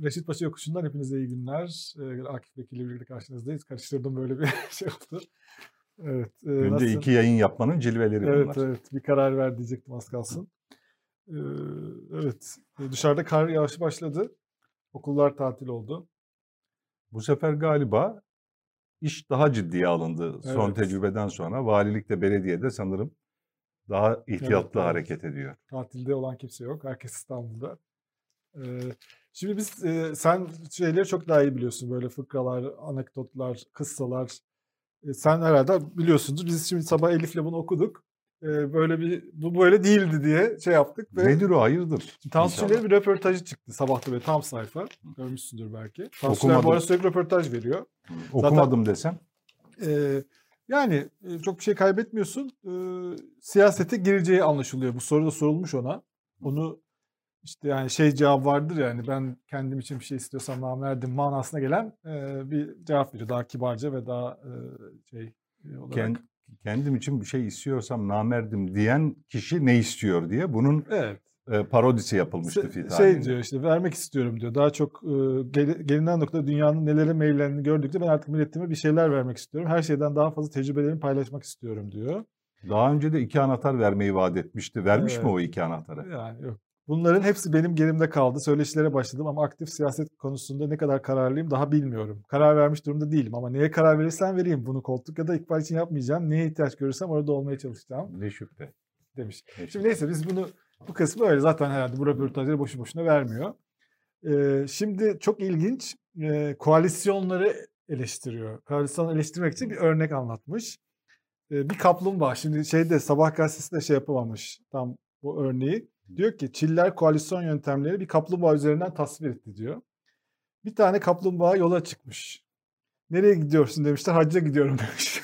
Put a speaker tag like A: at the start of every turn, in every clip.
A: Reşit Paşa Yokuşu'ndan hepinize iyi günler. Akif Bekir ile birlikte karşınızdayız. Karıştırdım böyle bir şey oldu. Evet.
B: Günde
A: Nasılsın?
B: 2 yayın yapmanın cilveleri
A: Evet,
B: bunlar.
A: evet. Bir karar ver diyecektim az kalsın. Evet. Dışarıda kar yağışı başladı. Okullar tatil oldu.
B: Bu sefer galiba iş daha ciddiye alındı son
A: Evet.
B: tecrübeden sonra. Valilik de belediye de sanırım daha ihtiyatlı
A: Evet.
B: hareket ediyor.
A: Tatilde olan kimse yok. Herkes İstanbul'da. Şimdi biz sen şeyleri çok daha iyi biliyorsun. Böyle fıkralar, anekdotlar, kıssalar. Sen herhalde biliyorsunuz. Biz şimdi sabah Elif'le bunu okuduk. Böyle bu böyle değildi diye şey yaptık ve
B: Nedir o, hayırdır?
A: Tansu
B: İnşallah.
A: Çiller'in bir röportajı çıktı sabah da böyle tam sayfa. Görmüşsündür belki. Tansu Çiller bu
B: Okumadım.
A: arada sürekli röportaj veriyor.
B: Okumadım desem.
A: Yani çok bir şey kaybetmiyorsun. Siyasete gireceği anlaşılıyor. Bu soru da sorulmuş ona. Onu işte yani şey cevap vardır yani ben kendim için bir şey istiyorsam namerdim manasına gelen bir cevap veriyor. Daha kibarca ve daha olarak.
B: Kendim için bir şey istiyorsam namerdim diyen kişi ne istiyor diye bunun
A: Evet.
B: parodisi yapılmıştı fit
A: Şey
B: halinde.
A: diyor işte vermek istiyorum diyor. Daha çok gelinen noktada dünyanın nelere meyillendiğini gördükçe ben artık milletime bir şeyler vermek istiyorum. Her şeyden daha fazla tecrübelerimi paylaşmak istiyorum diyor.
B: Daha önce de 2 anahtar vermeyi vaat etmişti. Vermiş mi
A: Evet.
B: o 2 anahtarı?
A: Yani yok. Bunların hepsi benim gerimde kaldı. Söyleşilere başladım ama aktif siyaset konusunda ne kadar kararlıyım daha bilmiyorum. Karar vermiş durumda değilim ama neye karar verirsen vereyim. Bunu koltuk ya da ikbal için yapmayacağım. Neye ihtiyaç görürsem orada olmaya çalışacağım
B: Ne şüphe.
A: demiş.
B: Ne
A: Şimdi
B: şüphe.
A: neyse biz bu kısmı öyle zaten herhalde bu röportajları boşu boşuna vermiyor. Şimdi çok ilginç koalisyonları eleştiriyor. Koalisyon eleştirmek için bir örnek anlatmış. Bir kaplumbağa şimdi Sabah gazetesi de şey yapamamış tam bu örneği. Diyor ki Çiller koalisyon yöntemleri bir kaplumbağa üzerinden tasvir etti diyor. Bir tane kaplumbağa yola çıkmış. Nereye gidiyorsun demişler. Hacca gidiyorum demiş.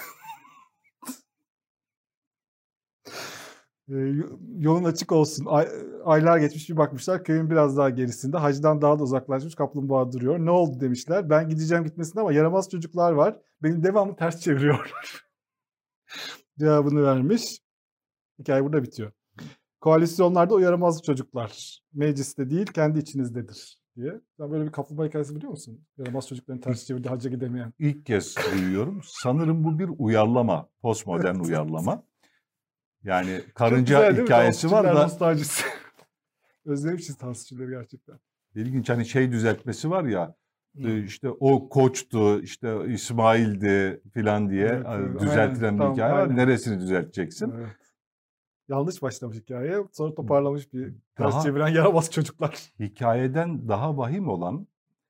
A: Yolun açık olsun. Aylar geçmiş bir bakmışlar köyün biraz daha gerisinde. Hacdan daha da uzaklaşmış kaplumbağa duruyor. Ne oldu demişler. Ben gideceğim gitmesine ama yaramaz çocuklar var. Beni devamlı ters çeviriyorlar. Cevabını vermiş. Hikaye burada bitiyor. Koalisyonlarda o yaramaz çocuklar. Mecliste değil kendi içinizdedir diye. Sen böyle bir kaplumbağa hikayesi biliyor musun? Yaramaz çocukların ters çevirdiği hacca gidemeyen.
B: İlk kez duyuyorum. Sanırım bu bir uyarlama. Postmodern
A: Evet.
B: uyarlama. Yani
A: Çok
B: karınca
A: güzel değil mi?
B: hikayesi var da
A: Nostaljisi. Özlemişiz Tansuçileri gerçekten.
B: ilginç hani şey düzeltmesi var ya işte o Koç'tu işte İsmail'di filan diye
A: Evet, evet.
B: düzeltilen
A: Aynen,
B: bir
A: tam,
B: hikaye var.
A: aynen.
B: Neresini düzelteceksin?
A: Evet. Yanlış başlamış hikaye. Sonra toparlamış bir ters
B: Daha
A: çeviren yaramaz çocuklar.
B: hikayeden daha vahim olan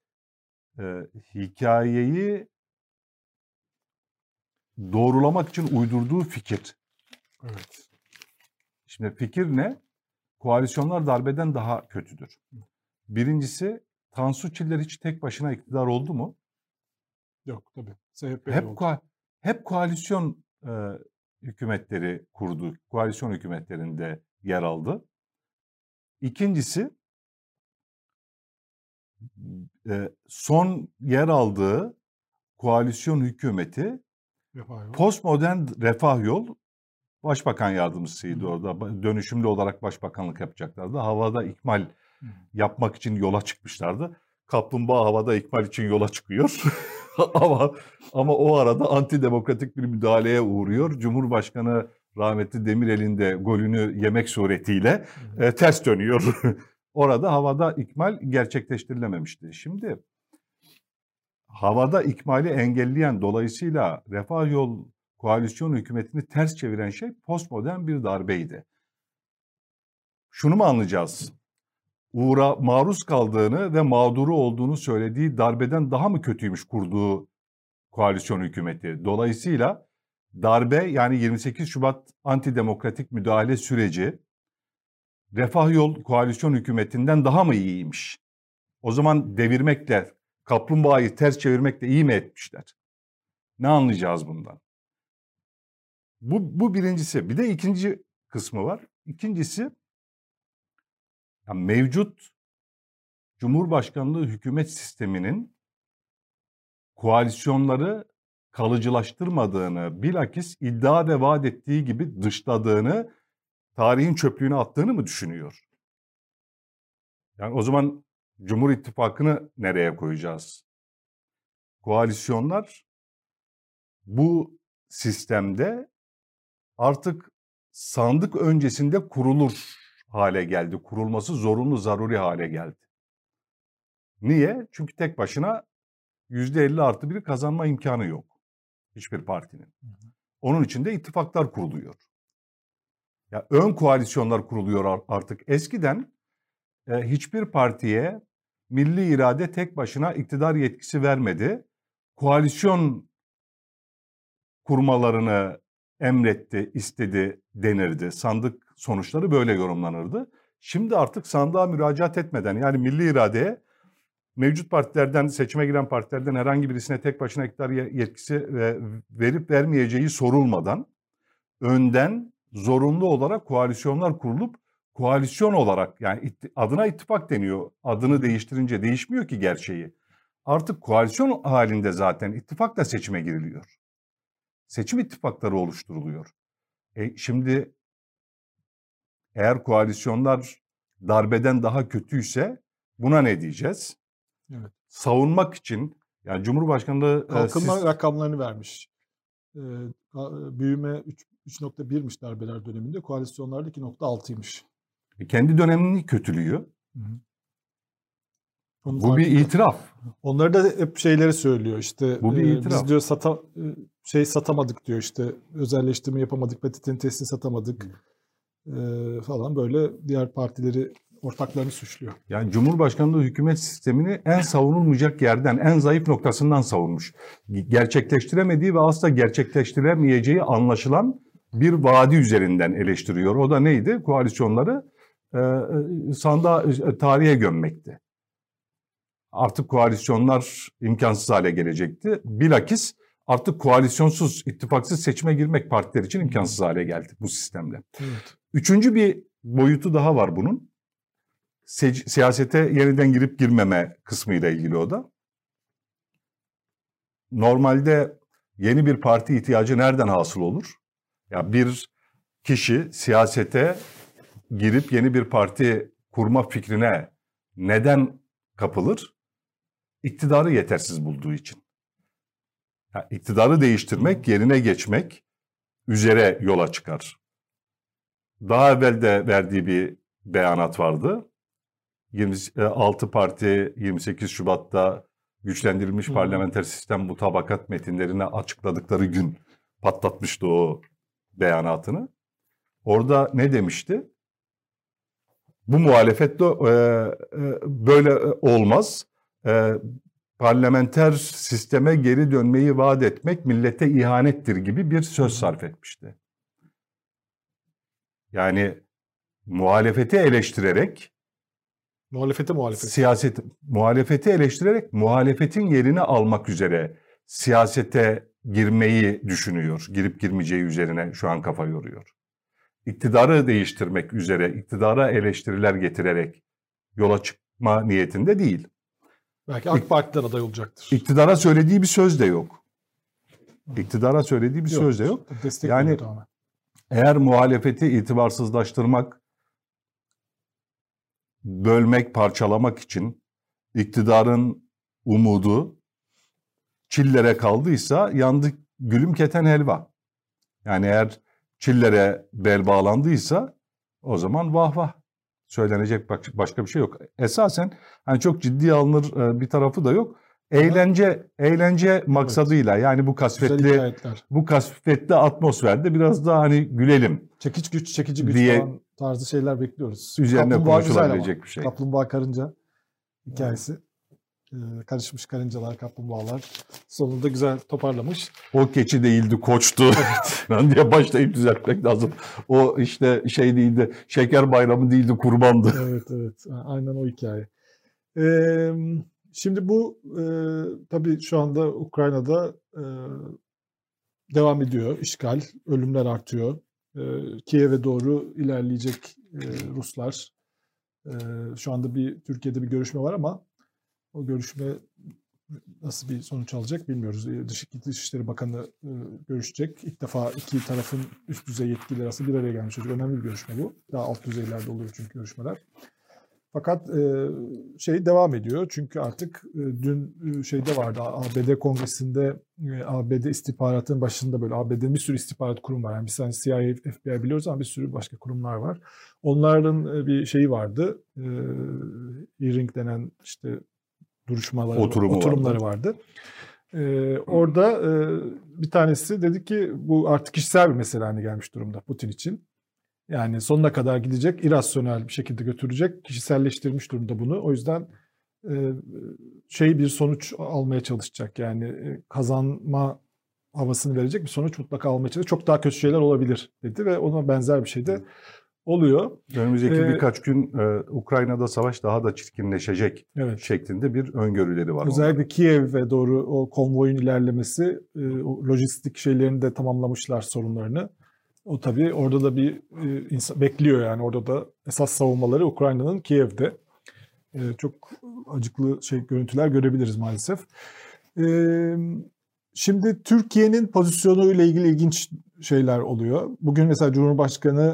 B: hikayeyi doğrulamak için uydurduğu fikir.
A: Evet.
B: Şimdi fikir ne? Koalisyonlar darbeden daha kötüdür. Birincisi Tansu Çiller hiç tek başına iktidar oldu mu?
A: Yok tabii. SHP'li oldu.
B: Hep koalisyon hükümetleri kurdu. Koalisyon hükümetlerinde yer aldı. İkincisi son yer aldığı koalisyon hükümeti postmodern Refah Yol başbakan yardımcısıydı orada. Dönüşümlü olarak başbakanlık yapacaklardı. Havada ikmal yapmak için yola çıkmışlardı. Kaplumbağa havada ikmal için yola çıkıyor. ama o arada antidemokratik bir müdahaleye uğruyor. Cumhurbaşkanı rahmetli Demirel'in de golünü yemek suretiyle ters dönüyor. Orada havada ikmal gerçekleştirilememişti. Şimdi havada ikmali engelleyen dolayısıyla Refah Yol koalisyon hükümetini ters çeviren şey postmodern bir darbeydi. Şunu mu anlayacağız? Maruz kaldığını ve mağduru olduğunu söylediği darbeden daha mı kötüymüş kurduğu koalisyon hükümeti? Dolayısıyla darbe yani 28 Şubat antidemokratik müdahale süreci Refah Yol koalisyon hükümetinden daha mı iyiymiş? O zaman devirmekle, kaplumbağayı ters çevirmekle iyi mi etmişler? Ne anlayacağız bundan? Bu birincisi. Bir de ikinci kısmı var. İkincisi yani mevcut Cumhurbaşkanlığı hükümet sisteminin koalisyonları kalıcılaştırmadığını, bilakis iddia ve vaat ettiği gibi dışladığını, tarihin çöplüğüne attığını mı düşünüyor? Yani o zaman Cumhur İttifakı'nı nereye koyacağız? Koalisyonlar bu sistemde artık sandık öncesinde kurulur hale geldi. Kurulması zorunlu, zaruri hale geldi. Niye? Çünkü tek başına %50+1 kazanma imkanı yok hiçbir partinin. Onun için de ittifaklar kuruluyor. Ya ön koalisyonlar kuruluyor artık. Eskiden hiçbir partiye milli irade tek başına iktidar yetkisi vermedi. Koalisyon kurmalarını emretti, istedi denirdi. Sandık sonuçları böyle yorumlanırdı. Şimdi artık sandığa müracaat etmeden, yani milli iradeye mevcut partilerden, seçime giren partilerden herhangi birisine tek başına iktidar yetkisi verip vermeyeceği sorulmadan önden zorunlu olarak koalisyonlar kurulup koalisyon olarak, yani adına ittifak deniyor. Adını değiştirince değişmiyor ki gerçeği. Artık koalisyon halinde zaten ittifakla seçime giriliyor. Seçim ittifakları oluşturuluyor. Şimdi eğer koalisyonlar darbeden daha kötüyse buna ne diyeceğiz?
A: Evet.
B: Savunmak için, yani Cumhurbaşkanlığı
A: kalkınma rakamlarını vermiş. Büyüme 3.1'miş darbeler döneminde, koalisyonlarda 2.6'ymış.
B: Kendi dönemini kötülüyor. Bu bir itiraf.
A: Onları da hep şeyleri söylüyor işte.
B: Bu bir itiraf.
A: Biz diyor satamadık diyor işte. Özelleştirme yapamadık, PTT'nin testini satamadık falan, böyle diğer partileri, ortaklarını suçluyor.
B: Yani Cumhurbaşkanlığı hükümet sistemini en savunulmayacak yerden, en zayıf noktasından savunmuş. Gerçekleştiremediği ve asla gerçekleştiremeyeceği anlaşılan bir vaadi üzerinden eleştiriyor. O da neydi? Koalisyonları sandığa, tarihe gömmekti. Artık koalisyonlar imkansız hale gelecekti. Bilakis artık koalisyonsuz, ittifaksız seçime girmek partiler için imkansız hale geldi bu sistemle.
A: Evet.
B: Üçüncü bir boyutu daha var bunun. Siyasete yeniden girip girmeme kısmıyla ilgili o da. Normalde yeni bir parti ihtiyacı nereden hasıl olur? Ya bir kişi siyasete girip yeni bir parti kurma fikrine neden kapılır? İktidarı yetersiz bulduğu için. Ya iktidarı değiştirmek, yerine geçmek üzere yola çıkar. Daha evvel de verdiği bir beyanat vardı. 26 parti 28 Şubat'ta güçlendirilmiş parlamenter sistem mutabakat metinlerini açıkladıkları gün patlatmıştı o beyanatını. Orada ne demişti? Bu muhalefet de böyle olmaz. Parlamenter sisteme geri dönmeyi vaat etmek millete ihanettir gibi bir söz sarf etmişti. Yani muhalefeti eleştirerek, muhalefeti eleştirerek muhalefetin yerini almak üzere siyasete girmeyi düşünüyor. Girip girmeyeceği üzerine şu an kafa yoruyor. İktidarı değiştirmek üzere, iktidara eleştiriler getirerek yola çıkma niyetinde değil.
A: Belki AK Parti'den aday olacaktır.
B: İktidara söylediği bir söz de yok. İktidara söylediği bir söz de yok. Yani eğer muhalefeti itibarsızlaştırmak, bölmek, parçalamak için iktidarın umudu çillere kaldıysa yandı gülüm keten helva. Yani eğer çillere bel bağlandıysa o zaman vah vah. Söylenecek başka bir şey yok. Esasen hani çok ciddiye alınır bir tarafı da yok. Eğlence maksadıyla, yani bu kasvetli atmosferde biraz daha hani gülelim.
A: Çekici güç
B: diye
A: falan tarzı şeyler bekliyoruz.
B: Üzerine konuşulabilecek bir şey.
A: Kaplumbağa karınca hikayesi. Karışmış karıncalar, kaplumbağalar sonunda güzel toparlamış.
B: O keçi değildi, koçtu. Evet. diye başlayıp düzeltmek lazım. O işte şey değildi, şeker bayramı değildi, kurbandı.
A: Evet. Aynen o hikaye. Şimdi bu tabii şu anda Ukrayna'da devam ediyor işgal, ölümler artıyor. Kiev'e doğru ilerleyecek Ruslar. Şu anda Türkiye'de bir görüşme var ama o görüşme nasıl bir sonuç alacak bilmiyoruz. Dışişleri Bakanı görüşecek. İlk defa iki tarafın üst düzey yetkilileri arasında bir araya gelmiş. Önemli bir görüşme bu. Daha alt düzeylerde oluyor çünkü görüşmeler. Fakat şey devam ediyor. Çünkü artık dün şeyde vardı, ABD Kongresi'nde ABD istihbaratının başında böyle ABD'nin bir sürü istihbarat kurum var. Yani bir tane CIA, FBI biliyoruz ama bir sürü başka kurumlar var. Onların bir şeyi vardı. Hearing denen işte oturumları vardı. Orada bir tanesi dedi ki bu artık kişisel bir mesele haline gelmiş durumda Putin için. Yani sonuna kadar gidecek, irrasyonel bir şekilde götürecek, kişiselleştirmiş durumda bunu. O yüzden bir sonuç almaya çalışacak. Yani kazanma havasını verecek bir sonuç mutlaka almaya çalışacak. Çok daha kötü şeyler olabilir dedi ve ona benzer bir şey de oluyor.
B: Önümüzdeki birkaç gün Ukrayna'da savaş daha da çirkinleşecek şeklinde bir öngörüleri var.
A: Özellikle Kiev'e doğru o konvoyun ilerlemesi, lojistik şeylerini de tamamlamışlar sorunlarını. O tabii orada da bir insan bekliyor yani orada da esas savunmaları Ukrayna'nın Kiev'de. Çok acıklı görüntüler görebiliriz maalesef. Şimdi Türkiye'nin pozisyonuyla ilgili ilginç şeyler oluyor. Bugün mesela Cumhurbaşkanı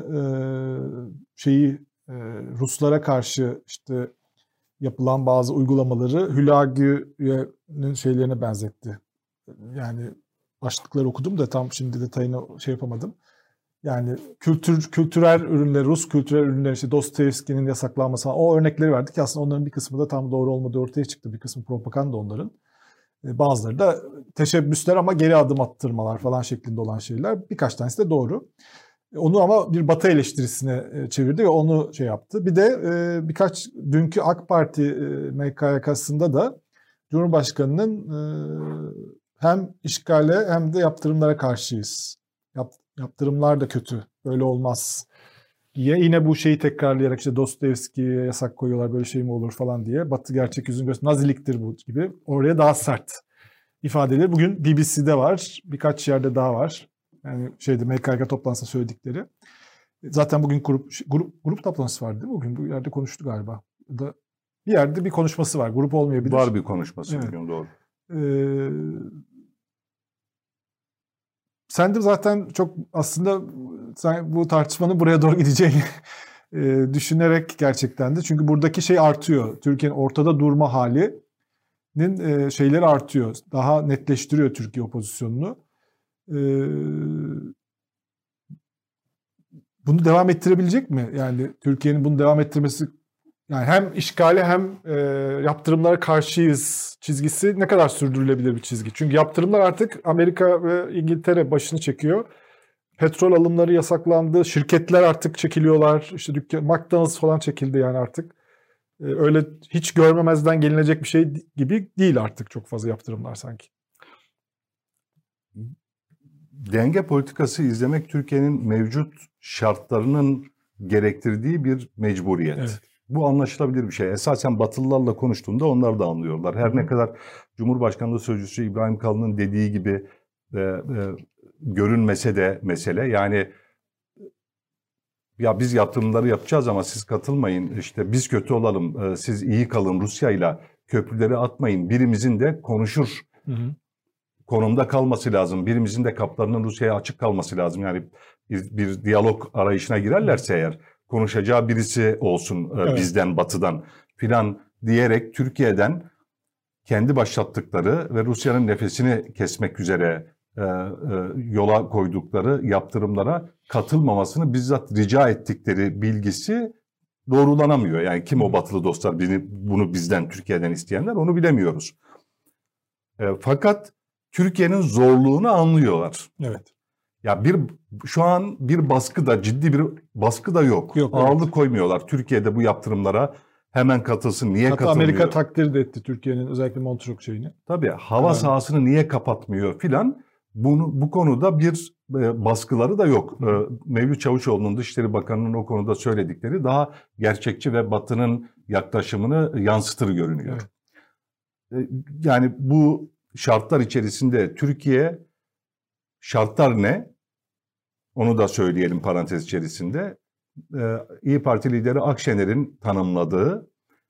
A: Ruslara karşı işte yapılan bazı uygulamaları Hülagü'nün şeylerine benzetti. Yani başlıkları okudum da tam şimdi detayını yapamadım. Yani kültürel ürünler, Rus kültürel ürünler, işte Dostoyevski'nin yasaklanması, o örnekleri verdik ki aslında onların bir kısmı da tam doğru olmadığı ortaya çıktı. Bir kısmı propaganda onların. Bazıları da teşebbüsler ama geri adım attırmalar falan şeklinde olan şeyler. Birkaç tanesi de doğru. Onu ama bir Batı eleştirisine çevirdi ve onu yaptı. Bir de birkaç dünkü AK Parti MKYK'sında da Cumhurbaşkanı'nın hem işgale hem de yaptırımlara karşıyız. Yaptırımlar da kötü. Böyle olmaz diye yine bu şeyi tekrarlayarak işte Dostoyevski'ye yasak koyuyorlar, böyle şey mi olur falan diye. Batı gerçek yüzünü göster. Naziliktir bu gibi. Oraya daha sert ifadeleri. Bugün BBC'de var. Birkaç yerde daha var. Yani MKYK toplantısında söyledikleri. Zaten bugün grup toplantısı var değil mi? Bugün bu yerde konuştu galiba. Da bir yerde bir konuşması var. Grup olmayabilir.
B: Var bir konuşması bugün, doğru.
A: Sen de zaten çok aslında bu tartışmanın buraya doğru gideceğini düşünerek gerçekten de. Çünkü buradaki artıyor. Türkiye'nin ortada durma halinin şeyleri artıyor. Daha netleştiriyor Türkiye o pozisyonunu. Bunu devam ettirebilecek mi? Yani Türkiye'nin bunu devam ettirmesi, yani hem işgale hem yaptırımlara karşıyız çizgisi ne kadar sürdürülebilir bir çizgi? Çünkü yaptırımlar artık Amerika ve İngiltere başını çekiyor. Petrol alımları yasaklandı. Şirketler artık çekiliyorlar. İşte McDonald's falan çekildi yani artık. Öyle hiç görmemezden gelinecek bir şey gibi değil artık çok fazla yaptırımlar sanki.
B: Denge politikası izlemek Türkiye'nin mevcut şartlarının gerektirdiği bir mecburiyet. Evet. Bu anlaşılabilir bir şey. Esasen Batılılarla konuştuğunda onlar da anlıyorlar. Her ne kadar Cumhurbaşkanlığı Sözcüsü İbrahim Kalın'ın dediği gibi görünmese de mesele, yani ya biz yaptırımları yapacağız ama siz katılmayın, işte biz kötü olalım, siz iyi kalın, Rusya'yla köprüleri atmayın, birimizin de konuşur konumda kalması lazım. Birimizin de kaplarının Rusya'ya açık kalması lazım. Yani bir diyalog arayışına girerlerse eğer konuşacağı birisi olsun bizden, batıdan filan diyerek Türkiye'den kendi başlattıkları ve Rusya'nın nefesini kesmek üzere yola koydukları yaptırımlara katılmamasını bizzat rica ettikleri bilgisi doğrulanamıyor. Yani kim o batılı dostlar, bunu bizden, Türkiye'den isteyenler, onu bilemiyoruz. Fakat Türkiye'nin zorluğunu anlıyorlar.
A: Evet.
B: Ya şu an bir baskı da, ciddi bir baskı da yok. Ağırlık koymuyorlar Türkiye'de bu yaptırımlara hemen katılsın. Niye katılmıyor?
A: Amerika takdir de etti Türkiye'nin özellikle Montreux şeyini.
B: Tabii hava sahasını niye kapatmıyor filan. Bu konuda bir baskıları da yok. Mevlüt Çavuşoğlu'nun Dışişleri Bakanı'nın o konuda söyledikleri daha gerçekçi ve Batı'nın yaklaşımını yansıtır görünüyor. Evet. Yani bu şartlar içerisinde Türkiye, şartlar ne? Onu da söyleyelim parantez içerisinde. İYİ Parti lideri Akşener'in tanımladığı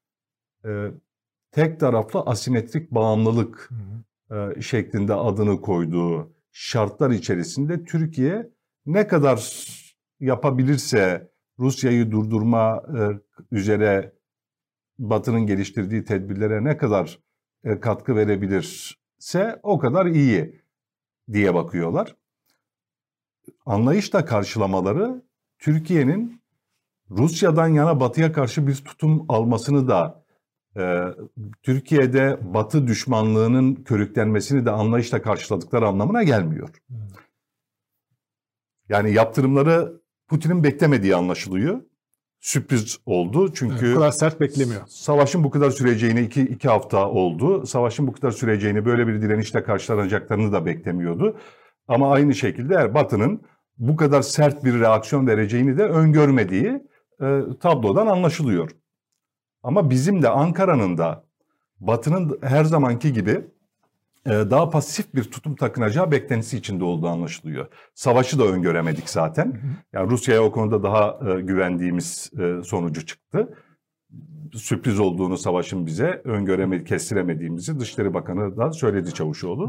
B: tek taraflı asimetrik bağımlılık şeklinde adını koyduğu şartlar içerisinde Türkiye ne kadar yapabilirse Rusya'yı durdurma üzere Batı'nın geliştirdiği tedbirlere ne kadar katkı verebilirse o kadar iyi diye bakıyorlar. Anlayışla karşılamaları Türkiye'nin Rusya'dan yana Batı'ya karşı bir tutum almasını da Türkiye'de Batı düşmanlığının körüklenmesini de anlayışla karşıladıkları anlamına gelmiyor. Yani yaptırımları Putin'in beklemediği anlaşılıyor. Sürpriz oldu çünkü...
A: Bu kadar sert beklemiyor.
B: Savaşın bu kadar süreceğini iki hafta oldu. Savaşın bu kadar süreceğini, böyle bir direnişle karşılanacaklarını da beklemiyordu. Ama aynı şekilde Batı'nın bu kadar sert bir reaksiyon vereceğini de öngörmediği tablodan anlaşılıyor. Ama bizim de Ankara'nın da Batı'nın her zamanki gibi daha pasif bir tutum takınacağı beklentisi içinde olduğu anlaşılıyor. Savaşı da öngöremedik zaten. Yani Rusya'ya o konuda daha güvendiğimiz sonucu çıktı. Sürpriz olduğunu savaşın bize kestiremediğimizi Dışişleri Bakanı da söyledi Çavuşoğlu.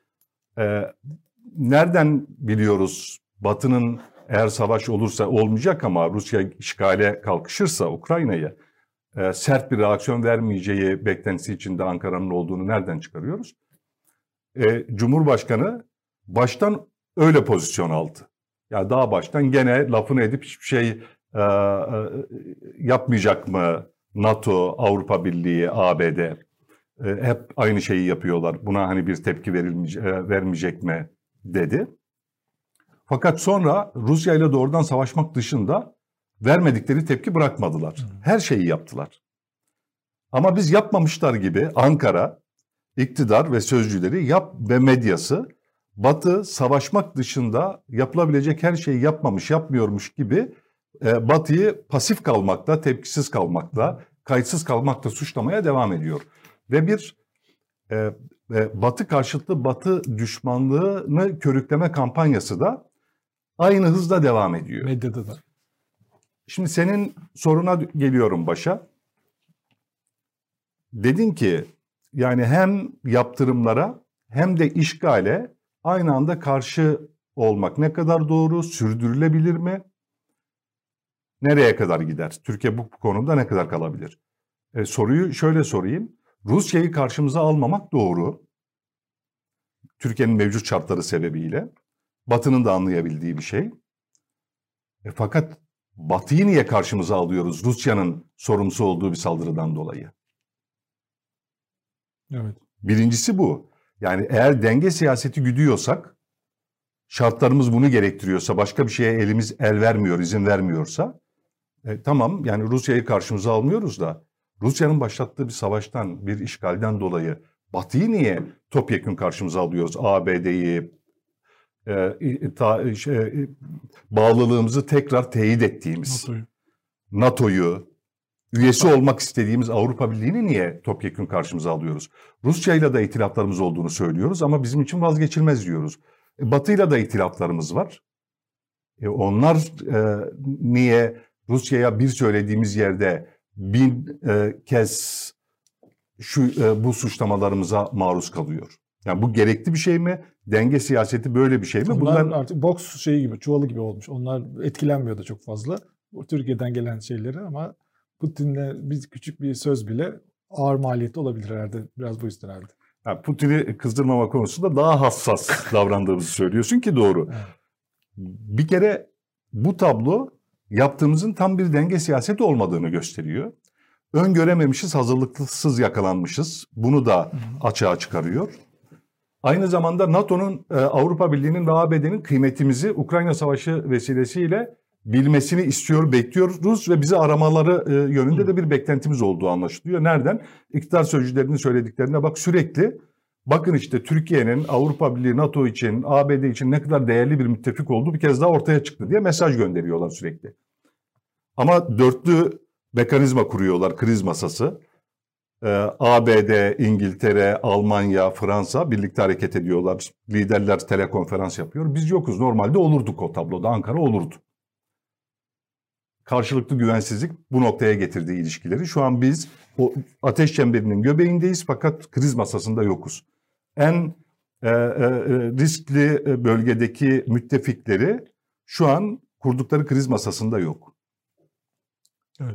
B: Nereden biliyoruz Batı'nın eğer savaş olursa olmayacak ama Rusya işgale kalkışırsa Ukrayna'yı sert bir reaksiyon vermeyeceği beklentisi içinde Ankara'nın olduğunu nereden çıkarıyoruz? Cumhurbaşkanı baştan öyle pozisyon aldı. Ya daha baştan gene lafını edip hiçbir şey yapmayacak mı NATO, Avrupa Birliği, ABD? Hep aynı şeyi yapıyorlar. Buna hani bir tepki vermeyecek mi dedi. Fakat sonra Rusya ile doğrudan savaşmak dışında vermedikleri tepki bırakmadılar. Her şeyi yaptılar. Ama biz yapmamışlar gibi Ankara, iktidar ve sözcüleri ve medyası Batı savaşmak dışında yapılabilecek her şeyi yapmıyormuş gibi Batı'yı pasif kalmakla, tepkisiz kalmakla, kayıtsız kalmakla suçlamaya devam ediyor. Ve bir Batı karşıtı, Batı düşmanlığını körükleme kampanyası da aynı hızla devam ediyor.
A: Medyada da.
B: Şimdi senin soruna geliyorum başa. Dedin ki yani hem yaptırımlara hem de işgale aynı anda karşı olmak ne kadar doğru, sürdürülebilir mi? Nereye kadar gider? Türkiye bu konuda ne kadar kalabilir? Soruyu şöyle sorayım. Rusya'yı karşımıza almamak doğru. Türkiye'nin mevcut şartları sebebiyle. Batı'nın da anlayabildiği bir şey. Fakat Batı'yı niye karşımıza alıyoruz? Rusya'nın sorumlusu olduğu bir saldırıdan dolayı.
A: Evet.
B: Birincisi bu. Yani eğer denge siyaseti güdüyorsak, şartlarımız bunu gerektiriyorsa, başka bir şeye elimiz el vermiyor, izin vermiyorsa, tamam yani Rusya'yı karşımıza almıyoruz da, Rusya'nın başlattığı bir savaştan, bir işgalden dolayı Batı'yı niye topyekün karşımıza alıyoruz? ABD'yi, bağlılığımızı tekrar teyit ettiğimiz NATO'yu, üyesi olmak istediğimiz Avrupa Birliği'ni niye topyekün karşımıza alıyoruz? Rusya'yla da itilaflarımız olduğunu söylüyoruz ama bizim için vazgeçilmez diyoruz. Batı'yla da itilaflarımız var. Onlar niye Rusya'ya bir söylediğimiz yerde 1000 kez bu suçlamalarımıza maruz kalıyor? Yani bu gerekli bir şey mi? Denge siyaseti böyle bir şey mi?
A: Bunlar artık boks şeyi gibi, çuvalı gibi olmuş. Onlar etkilenmiyor da çok fazla. Türkiye'den gelen şeyleri ama Putin'le küçük bir söz bile ağır maliyeti olabilir herhalde. Biraz bu yüzden herhalde.
B: Yani Putin'i kızdırmama konusunda daha hassas davrandığımızı söylüyorsun ki doğru. Evet. Bir kere bu tablo yaptığımızın tam bir denge siyaseti olmadığını gösteriyor. Öngörememişiz, hazırlıksız yakalanmışız. Bunu da açığa çıkarıyor. Aynı zamanda NATO'nun, Avrupa Birliği'nin ve ABD'nin kıymetimizi Ukrayna Savaşı vesilesiyle bilmesini istiyor, bekliyoruz ve bizi aramaları yönünde de bir beklentimiz olduğu anlaşılıyor. Nereden? İktidar sözcülerinin söylediklerine bak sürekli. Bakın işte Türkiye'nin Avrupa Birliği, NATO için, ABD için ne kadar değerli bir müttefik olduğu bir kez daha ortaya çıktı diye mesaj gönderiyorlar sürekli. Ama dörtlü mekanizma kuruyorlar, kriz masası. ABD, İngiltere, Almanya, Fransa birlikte hareket ediyorlar. Liderler telekonferans yapıyor. Biz yokuz. Normalde olurduk o tabloda. Ankara olurdu. Karşılıklı güvensizlik bu noktaya getirdiği ilişkileri. Şu an biz o ateş çemberinin göbeğindeyiz fakat kriz masasında yokuz. En riskli bölgedeki müttefikleri şu an kurdukları kriz masasında yok.
A: Evet.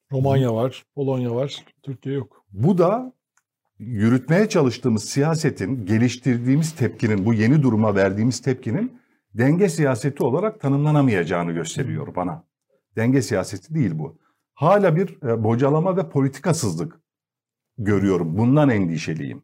A: Romanya var, Polonya var, Türkiye yok.
B: Bu da yürütmeye çalıştığımız siyasetin, geliştirdiğimiz tepkinin, bu yeni duruma verdiğimiz tepkinin denge siyaseti olarak tanımlanamayacağını gösteriyor bana. Denge siyaseti değil bu. Hala bir bocalama ve politikasızlık görüyorum. Bundan endişeliyim.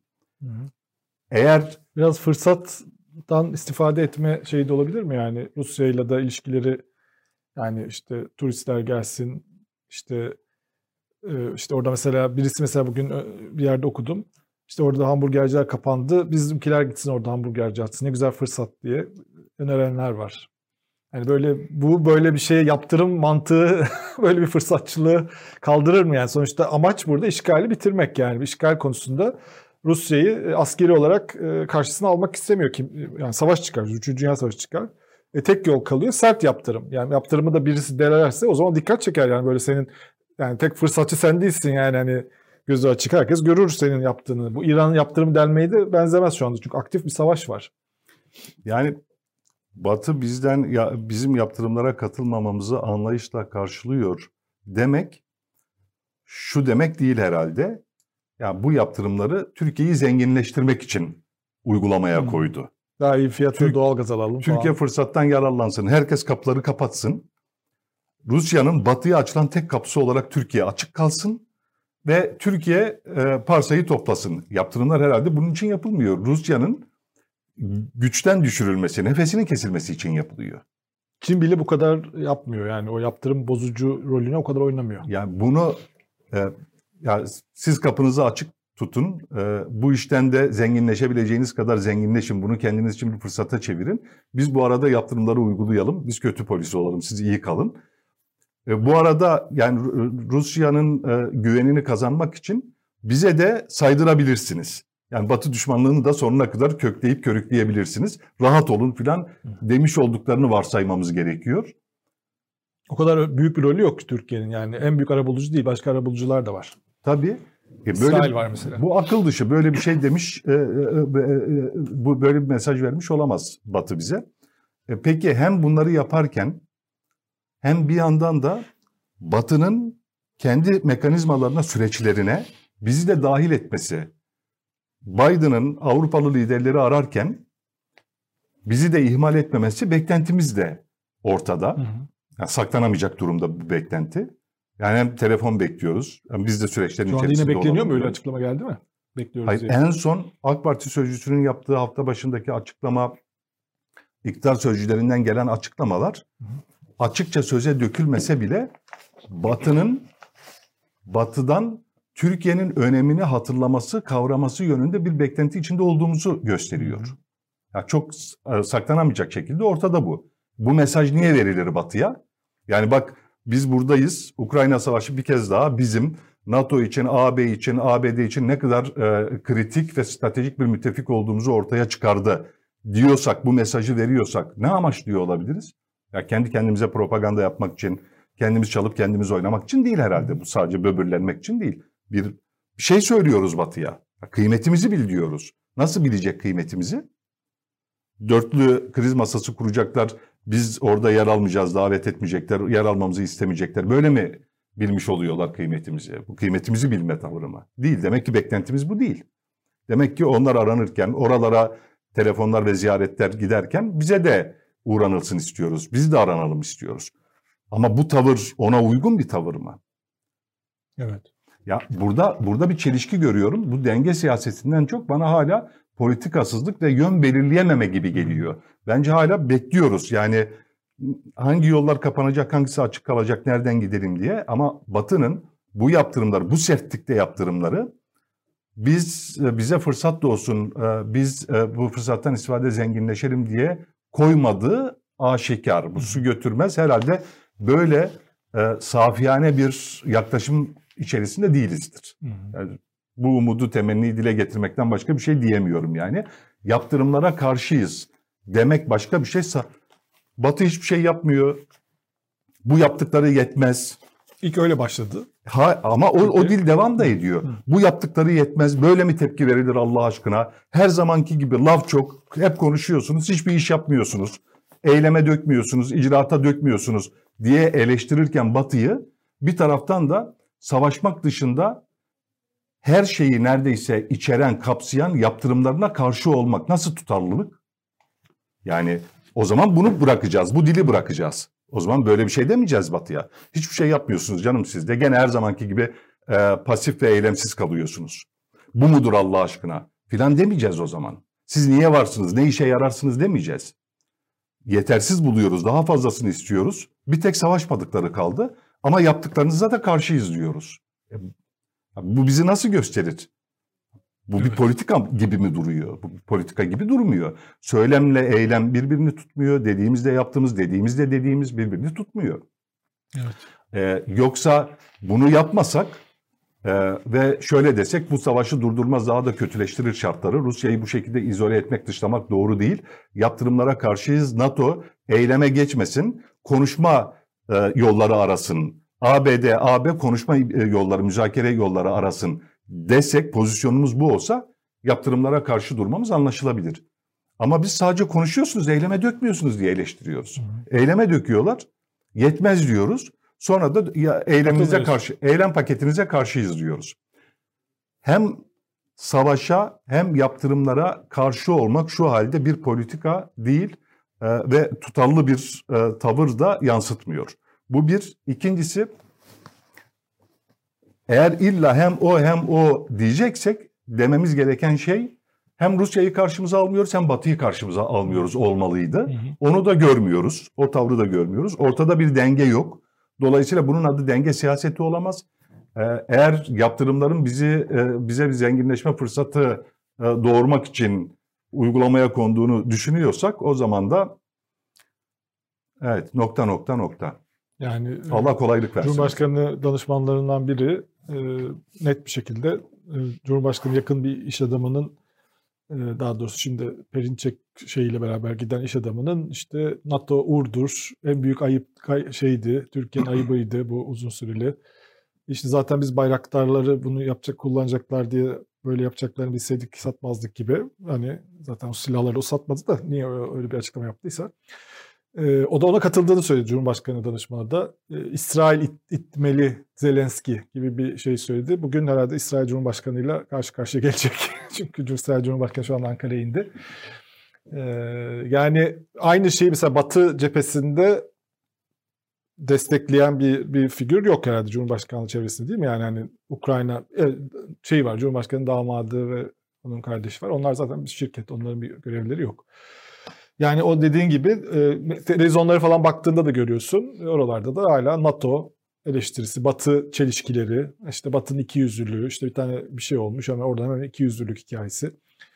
B: Eğer
A: biraz fırsattan istifade etme şeyi de olabilir mi? Yani Rusya ile de ilişkileri, yani işte turistler gelsin, işte orada mesela birisi bugün bir yerde okudum. İşte orada hamburgerciler kapandı. Bizimkiler gitsin orada hamburgerci açsın. Ne güzel fırsat diye önerenler var. Yani böyle bir şeye yaptırım mantığı böyle bir fırsatçılığı kaldırır mı yani? Sonuçta amaç burada işgali bitirmek yani. Bir işgal konusunda Rusya'yı askeri olarak karşısına almak istemiyor kim? Yani savaş çıkar, 3. Dünya Savaşı çıkar. Tek yol kalıyor sert yaptırım. Yani yaptırımı da birisi delerse o zaman dikkat çeker yani, böyle senin yani tek fırsatçı sen değilsin yani, hani gözü açık herkes görür senin yaptığını. Bu İran'ın yaptırımı delmeyi de benzemez şu anda çünkü aktif bir savaş var.
B: Yani Batı bizim yaptırımlara katılmamamızı anlayışla karşılıyor demek şu demek değil herhalde. Ya bu yaptırımları Türkiye'yi zenginleştirmek için uygulamaya koydu.
A: Daha iyi fiyatlı doğalgaz alalım
B: Türkiye
A: falan.
B: fırsattan yararlansın. Herkes kapıları kapatsın. Rusya'nın batıya açılan tek kapısı olarak Türkiye açık kalsın ve Türkiye parsayı toplasın. Yaptırımlar herhalde bunun için yapılmıyor. Rusya'nın güçten düşürülmesi, nefesinin kesilmesi için yapılıyor.
A: Çin bile bu kadar yapmıyor yani, o yaptırım bozucu rolüne o kadar oynamıyor.
B: Yani bunu ya siz kapınızı açık tutun, bu işten de zenginleşebileceğiniz kadar zenginleşin, bunu kendiniz için bir fırsata çevirin. Biz bu arada yaptırımları uygulayalım, biz kötü polisi olalım, siz iyi kalın. Bu arada yani Rusya'nın güvenini kazanmak için bize de saydırabilirsiniz. Yani Batı düşmanlığını da sonuna kadar kökleyip körükleyebilirsiniz. Rahat olun filan demiş olduklarını varsaymamız gerekiyor.
A: O kadar büyük bir rolü yok Türkiye'nin, yani en büyük arabulucu değil, başka arabulucular da var.
B: Tabii.
A: İsrail var mesela.
B: Bu akıl dışı, böyle bir şey demiş, bu böyle bir mesaj vermiş olamaz Batı bize. Peki hem bunları yaparken hem bir yandan da Batı'nın kendi mekanizmalarına, süreçlerine bizi de dahil etmesi, Biden'ın Avrupalı liderleri ararken bizi de ihmal etmemesi beklentimiz de ortada. Yani saklanamayacak durumda bu beklenti. Yani hem telefon bekliyoruz, hem biz de süreçlerin içerisinde olalım.
A: Şu anda yine bekleniyor mu? Öyle açıklama geldi mi? Bekliyoruz.
B: Hayır, en son AK Parti sözcüsünün yaptığı hafta başındaki açıklama, iktidar sözcülerinden gelen açıklamalar açıkça söze dökülmese bile Batı'dan Türkiye'nin önemini hatırlaması, kavraması yönünde bir beklenti içinde olduğumuzu gösteriyor. Yani çok saklanamayacak şekilde ortada bu. Bu mesaj niye verilir Batı'ya? Yani bak, biz buradayız. Ukrayna Savaşı bir kez daha bizim NATO için, AB için, ABD için ne kadar kritik ve stratejik bir müttefik olduğumuzu ortaya çıkardı diyorsak, bu mesajı veriyorsak ne amaçlıyor olabiliriz? Ya kendi kendimize propaganda yapmak için, kendimiz çalıp kendimiz oynamak için değil herhalde. Bu sadece böbürlenmek için değil. Bir şey söylüyoruz Batı'ya. Kıymetimizi bil diyoruz. Nasıl bilecek kıymetimizi? Dörtlü kriz masası kuracaklar. Biz orada yer almayacağız, davet etmeyecekler, yer almamızı istemeyecekler. Böyle mi bilmiş oluyorlar kıymetimizi? Bu kıymetimizi bilme tavrı mı? Değil. Demek ki beklentimiz bu değil. Demek ki onlar aranırken, oralara telefonlar ve ziyaretler giderken bize de uğranılsın istiyoruz. Biz de aranalım istiyoruz. Ama bu tavır ona uygun bir tavır mı?
A: Evet.
B: Ya burada bir çelişki görüyorum. Bu denge siyasetinden çok bana hala politikasızlık ve yön belirleyememe gibi geliyor. Bence hala bekliyoruz. Yani hangi yollar kapanacak, hangisi açık kalacak, nereden gidelim diye. Ama Batı'nın bu yaptırımları, bu sertlikte yaptırımları bize fırsat da olsun, biz bu fırsattan istifade zenginleşelim diye koymadığı aşikar. Bu su götürmez. Herhalde böyle safiyane bir yaklaşım içerisinde değilizdir. Yani bu umudu, temenniyi dile getirmekten başka bir şey diyemiyorum yani. Yaptırımlara karşıyız demek başka bir şeyse, Batı hiçbir şey yapmıyor. Bu yaptıkları yetmez.
A: İlk öyle başladı.
B: Ama o dil devam da ediyor. Bu yaptıkları yetmez. Böyle mi tepki verilir Allah aşkına? Her zamanki gibi laf çok. Hep konuşuyorsunuz. Hiçbir iş yapmıyorsunuz. Eyleme dökmüyorsunuz. İcraata dökmüyorsunuz diye eleştirirken Batı'yı, bir taraftan da savaşmak dışında her şeyi neredeyse içeren, kapsayan yaptırımlarına karşı olmak. Nasıl tutarlılık? Yani o zaman bunu bırakacağız, bu dili bırakacağız. O zaman böyle bir şey demeyeceğiz Batı'ya. Hiçbir şey yapmıyorsunuz canım siz de. Gene her zamanki gibi pasif ve eylemsiz kalıyorsunuz. Bu mudur Allah aşkına? Filan demeyeceğiz o zaman. Siz niye varsınız, ne işe yararsınız demeyeceğiz. Yetersiz buluyoruz, daha fazlasını istiyoruz. Bir tek savaşmadıkları kaldı ama yaptıklarınıza da karşıyız diyoruz. Bu bizi nasıl gösterir? Bu bir politika gibi mi duruyor? Bu politika gibi durmuyor. Söylemle eylem birbirini tutmuyor. Dediğimizde yaptığımız, dediğimizde dediğimiz birbirini tutmuyor.
A: Evet.
B: Yoksa bunu yapmasak ve şöyle desek bu savaşı durdurmaz, daha da kötüleştirir şartları. Rusya'yı bu şekilde izole etmek, dışlamak doğru değil. Yaptırımlara karşıyız. NATO eyleme geçmesin, konuşma yolları arasın. ABD, AB konuşma yolları, müzakere yolları arasın desek, pozisyonumuz bu olsa yaptırımlara karşı durmamız anlaşılabilir. Ama biz sadece konuşuyorsunuz, eyleme dökmüyorsunuz diye eleştiriyoruz. Eyleme döküyorlar, yetmez diyoruz. Sonra da eyleminize karşı, eylem paketinize karşıyız diyoruz. Hem savaşa hem yaptırımlara karşı olmak şu halde bir politika değil ve tutarlı bir tavır da yansıtmıyor. Bu bir. İkincisi, eğer illa hem o diyeceksek dememiz gereken şey hem Rusya'yı karşımıza almıyoruz hem Batı'yı karşımıza almıyoruz olmalıydı. Onu da görmüyoruz. O tavrı da görmüyoruz. Ortada bir denge yok. Dolayısıyla bunun adı denge siyaseti olamaz. Eğer yaptırımların bize bir zenginleşme fırsatı doğurmak için uygulamaya konduğunu düşünüyorsak o zaman da evet nokta. Yani Allah kolaylık versin.
A: Cumhurbaşkanı danışmanlarından biri net bir şekilde Cumhurbaşkanı yakın bir iş adamının, daha doğrusu şimdi Perinçek şeyiyle beraber giden iş adamının işte NATO uğurdur, en büyük ayıp şeydi, Türkiye'nin ayıbıydı bu uzun süreli. İşte zaten biz bayraktarları bunu kullanacaklar diye böyle yapacaklarını bilseydik satmazdık gibi. Hani zaten o silahları o satmadı da niye öyle bir açıklama yaptıysa. O da ona katıldığını söyledi Cumhurbaşkanı danışmanı da. İsrail itmeli Zelenski gibi bir şey söyledi. Bugün herhalde İsrail Cumhurbaşkanı'yla karşı karşıya gelecek. Çünkü İsrail Cumhurbaşkanı şu an Ankara'ya indi. Yani aynı şeyi mesela Batı cephesinde destekleyen bir figür yok herhalde Cumhurbaşkanlığı çevresinde, değil mi? Yani hani Ukrayna var, Cumhurbaşkanı damadı ve onun kardeşi var. Onlar zaten bir şirket, onların bir görevleri yok. Yani o dediğin gibi televizyonlara falan baktığında da görüyorsun. Oralarda da hala NATO eleştirisi, Batı çelişkileri, işte Batı'nın ikiyüzlülüğü, işte bir tane bir şey olmuş ama oradan hemen ikiyüzlülük hikayesi.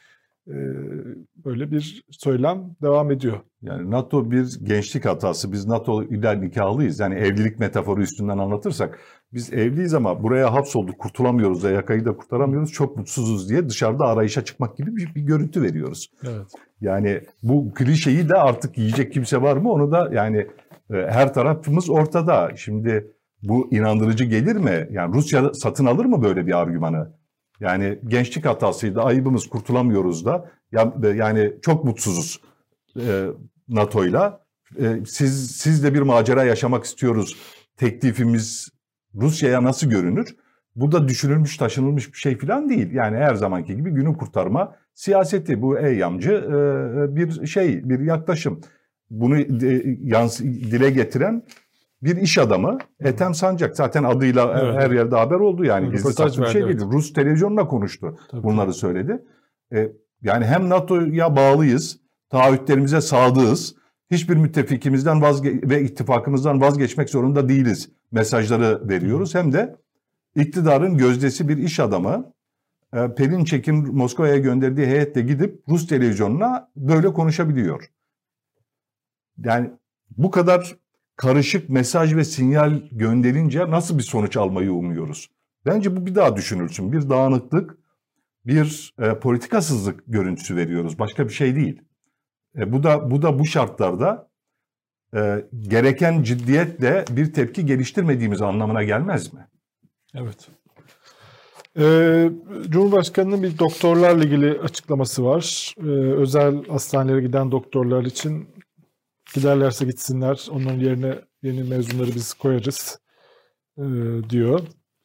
A: Böyle bir söylem devam ediyor.
B: Yani NATO bir gençlik hatası. Biz NATO ile nikahlıyız. Yani evlilik metaforu üstünden anlatırsak biz evliyiz ama buraya hapsolduk, kurtulamıyoruz da yakayı da kurtaramıyoruz, çok mutsuzuz diye dışarıda arayışa çıkmak gibi bir görüntü veriyoruz.
A: Evet.
B: Yani bu klişeyi de artık yiyecek kimse var mı? Onu da yani her tarafımız ortada. Şimdi bu inandırıcı gelir mi? Yani Rusya satın alır mı böyle bir argümanı? Yani gençlik hatasıydı, ayıbımız, kurtulamıyoruz da. Yani çok mutsuzuz NATO'yla. Siz de bir macera yaşamak istiyoruz. Teklifimiz Rusya'ya nasıl görünür? Bu da düşünülmüş, taşınılmış bir şey falan değil. Yani her zamanki gibi günü kurtarma siyaseti. Bu eyyamcı bir yaklaşım. Bunu dile getiren bir iş adamı Ethem Sancak. Zaten adıyla evet, her yerde haber oldu yani. Gizli saklı bir şey değil. Evet. Rus televizyonuna konuştu. Tabii. Bunları söyledi. Yani hem NATO'ya bağlıyız, taahhütlerimize sadığız, hiçbir müttefikimizden ve ittifakımızdan vazgeçmek zorunda değiliz mesajları veriyoruz. Hem de iktidarın gözdesi bir iş adamı Perinçek'in Moskova'ya gönderdiği heyetle gidip Rus televizyonuna böyle konuşabiliyor. Yani bu kadar karışık mesaj ve sinyal gönderince nasıl bir sonuç almayı umuyoruz? Bence bu bir daha düşünülsün. Bir dağınıklık, bir politikasızlık görüntüsü veriyoruz. Başka bir şey değil. Bu da bu şartlarda gereken ciddiyetle bir tepki geliştirmediğimiz anlamına gelmez mi?
A: Evet. Cumhurbaşkanı'nın bir doktorlarla ilgili açıklaması var. Özel hastanelere giden doktorlar için giderlerse gitsinler, onların yerine yeni mezunları biz koyarız diyor.